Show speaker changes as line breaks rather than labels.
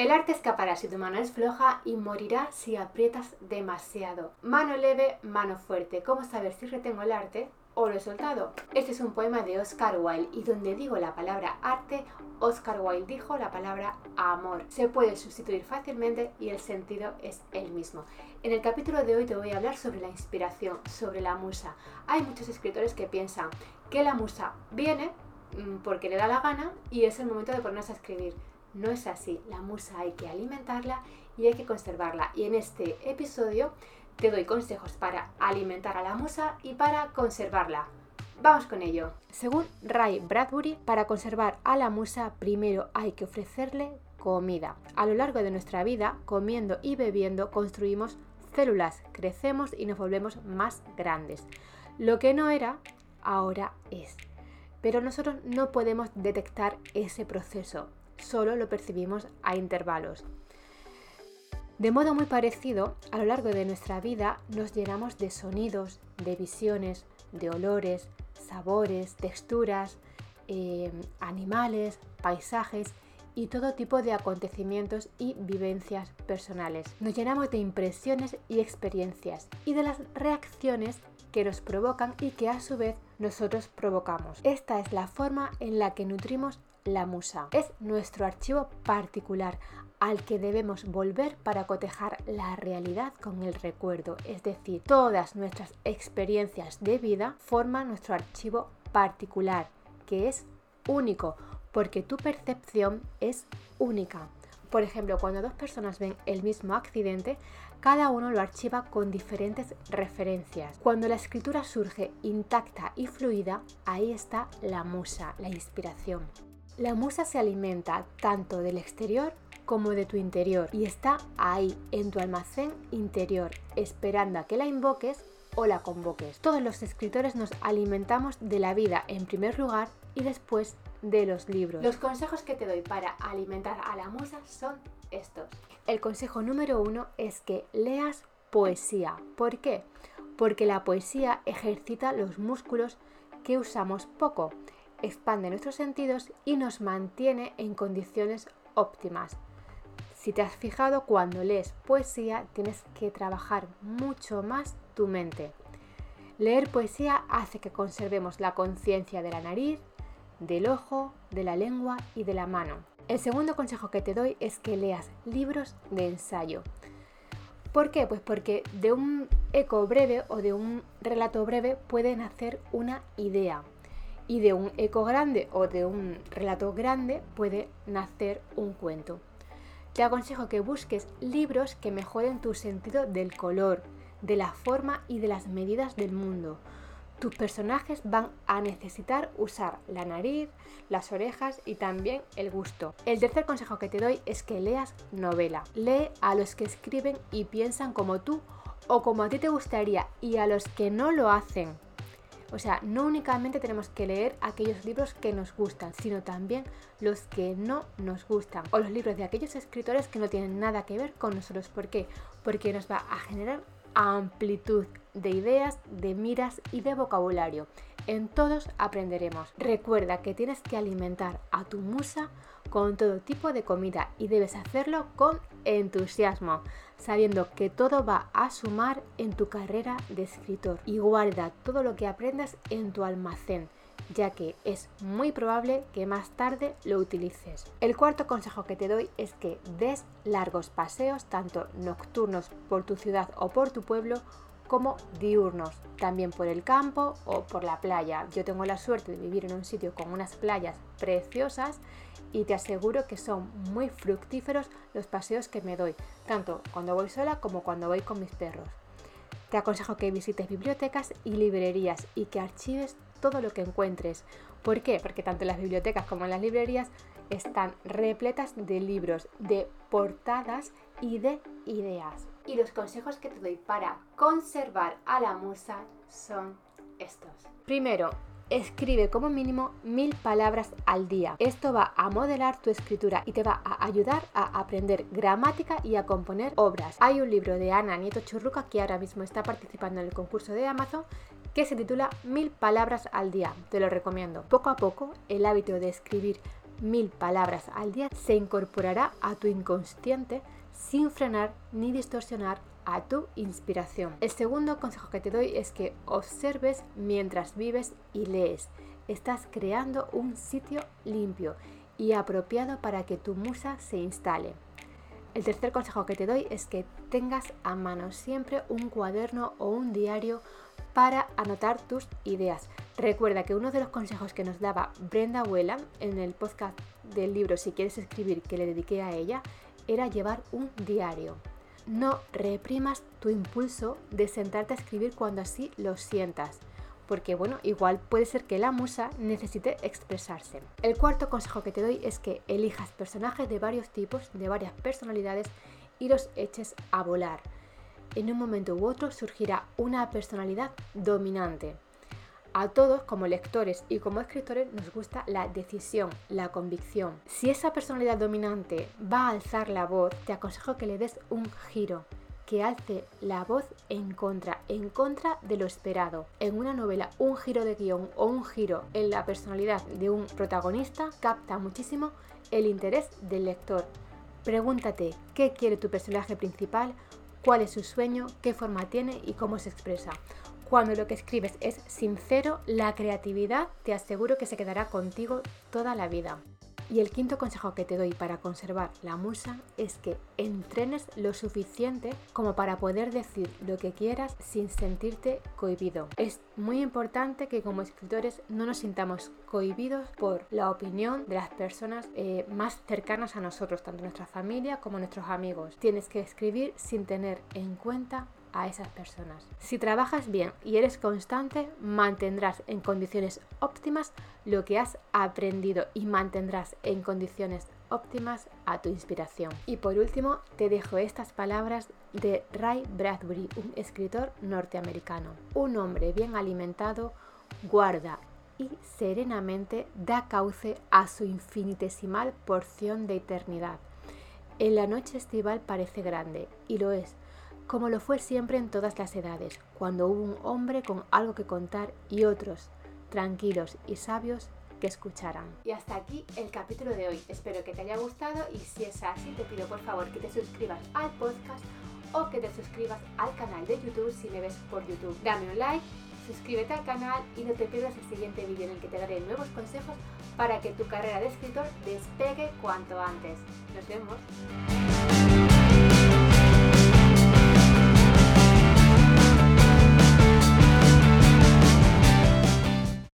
El arte escapará si tu mano es floja y morirá si aprietas demasiado. Mano leve, mano fuerte. ¿Cómo saber si retengo el arte o lo he soltado? Este es un poema de Oscar Wilde y donde digo la palabra arte, Oscar Wilde dijo la palabra amor. Se puede sustituir fácilmente y el sentido es el mismo. En el capítulo de hoy te voy a hablar sobre la inspiración, sobre la musa. Hay muchos escritores que piensan que la musa viene porque le da la gana y es el momento de ponerse a escribir. No es así, la musa hay que alimentarla y hay que conservarla. Y en este episodio te doy consejos para alimentar a la musa y para conservarla. Vamos con ello. Según Ray Bradbury, para conservar a la musa primero hay que ofrecerle comida. A lo largo de nuestra vida, comiendo y bebiendo, construimos células, crecemos y nos volvemos más grandes. Lo que no era, ahora es. Pero nosotros no podemos detectar ese proceso. Solo lo percibimos a intervalos. De modo muy parecido, a lo largo de nuestra vida nos llenamos de sonidos, de visiones, de olores, sabores, texturas, animales, paisajes y todo tipo de acontecimientos y vivencias personales. Nos llenamos de impresiones y experiencias y de las reacciones que nos provocan y que a su vez nosotros provocamos. Esta es la forma en la que nutrimos la musa. Es nuestro archivo particular al que debemos volver para cotejar la realidad con el recuerdo. Es decir, todas nuestras experiencias de vida forman nuestro archivo particular, que es único, porque tu percepción es única. Por ejemplo, cuando dos personas ven el mismo accidente, cada uno lo archiva con diferentes referencias. Cuando la escritura surge intacta y fluida, ahí está la musa, la inspiración. La musa se alimenta tanto del exterior como de tu interior y está ahí, en tu almacén interior, esperando a que la invoques o la convoques. Todos los escritores nos alimentamos de la vida en primer lugar y después de los libros. Los consejos que te doy para alimentar a la musa son estos. El consejo número 1 es que leas poesía. ¿Por qué? Porque la poesía ejercita los músculos que usamos poco, expande nuestros sentidos y nos mantiene en condiciones óptimas. Si te has fijado, cuando lees poesía tienes que trabajar mucho más tu mente. Leer poesía hace que conservemos la conciencia de la nariz, del ojo, de la lengua y de la mano. El segundo consejo que te doy es que leas libros de ensayo. ¿Por qué? Pues porque de un eco breve o de un relato breve puede nacer una idea. Y de un eco grande o de un relato grande puede nacer un cuento. Te aconsejo que busques libros que mejoren tu sentido del color, de la forma y de las medidas del mundo. Tus personajes van a necesitar usar la nariz, las orejas y también el gusto. El tercer consejo que te doy es que leas novela. Lee a los que escriben y piensan como tú o como a ti te gustaría y a los que no lo hacen. O sea, no únicamente tenemos que leer aquellos libros que nos gustan, sino también los que no nos gustan. O los libros de aquellos escritores que no tienen nada que ver con nosotros. ¿Por qué? Porque nos va a generar amplitud de ideas, de miras y de vocabulario. En todos aprenderemos. Recuerda que tienes que alimentar a tu musa con todo tipo de comida y debes hacerlo con entusiasmo, sabiendo que todo va a sumar en tu carrera de escritor. Y guarda todo lo que aprendas en tu almacén, ya que es muy probable que más tarde lo utilices. El cuarto consejo que te doy es que des largos paseos, tanto nocturnos por tu ciudad o por tu pueblo, como diurnos, también por el campo o por la playa. Yo tengo la suerte de vivir en un sitio con unas playas preciosas y te aseguro que son muy fructíferos los paseos que me doy, tanto cuando voy sola como cuando voy con mis perros. Te aconsejo que visites bibliotecas y librerías y que archives todo lo que encuentres. ¿Por qué? Porque tanto en las bibliotecas como en las librerías están repletas de libros, de portadas y de ideas. Y los consejos que te doy para conservar a la musa son estos. Primero, escribe como mínimo 1000 palabras al día. Esto va a modelar tu escritura y te va a ayudar a aprender gramática y a componer obras. Hay un libro de Ana Nieto Churruca que ahora mismo está participando en el concurso de Amazon que se titula 1000 palabras al día. Te lo recomiendo. Poco a poco, el hábito de escribir 1000 palabras al día se incorporará a tu inconsciente sin frenar ni distorsionar a tu inspiración. El segundo consejo que te doy es que observes mientras vives y lees. Estás creando un sitio limpio y apropiado para que tu musa se instale. El tercer consejo que te doy es que tengas a mano siempre un cuaderno o un diario para anotar tus ideas. Recuerda que uno de los consejos que nos daba Brenda Whelan en el podcast del libro Si quieres escribir, que le dediqué a ella, era llevar un diario. No reprimas tu impulso de sentarte a escribir cuando así lo sientas, porque igual puede ser que la musa necesite expresarse. El cuarto consejo que te doy es que elijas personajes de varios tipos, de varias personalidades y los eches a volar. En un momento u otro surgirá una personalidad dominante. A todos, como lectores y como escritores, nos gusta la decisión, la convicción. Si esa personalidad dominante va a alzar la voz, te aconsejo que le des un giro, que alce la voz en contra de lo esperado. En una novela, un giro de guión o un giro en la personalidad de un protagonista capta muchísimo el interés del lector. Pregúntate qué quiere tu personaje principal, cuál es su sueño, qué forma tiene y cómo se expresa. Cuando lo que escribes es sincero, la creatividad te aseguro que se quedará contigo toda la vida. Y el quinto consejo que te doy para conservar la musa es que entrenes lo suficiente como para poder decir lo que quieras sin sentirte cohibido. Es muy importante que como escritores no nos sintamos cohibidos por la opinión de las personas más cercanas a nosotros, tanto nuestra familia como nuestros amigos. Tienes que escribir sin tener en cuenta a esas personas. Si trabajas bien y eres constante, mantendrás en condiciones óptimas lo que has aprendido y mantendrás en condiciones óptimas a tu inspiración. Y por último, te dejo estas palabras de Ray Bradbury, un escritor norteamericano. Un hombre bien alimentado guarda y serenamente da cauce a su infinitesimal porción de eternidad. En la noche estival parece grande, y lo es, como lo fue siempre en todas las edades, cuando hubo un hombre con algo que contar y otros, tranquilos y sabios, que escucharan. Y hasta aquí el capítulo de hoy. Espero que te haya gustado y si es así, te pido por favor que te suscribas al podcast o que te suscribas al canal de YouTube si me ves por YouTube. Dame un like, suscríbete al canal y no te pierdas el siguiente vídeo en el que te daré nuevos consejos para que tu carrera de escritor despegue cuanto antes. Nos vemos.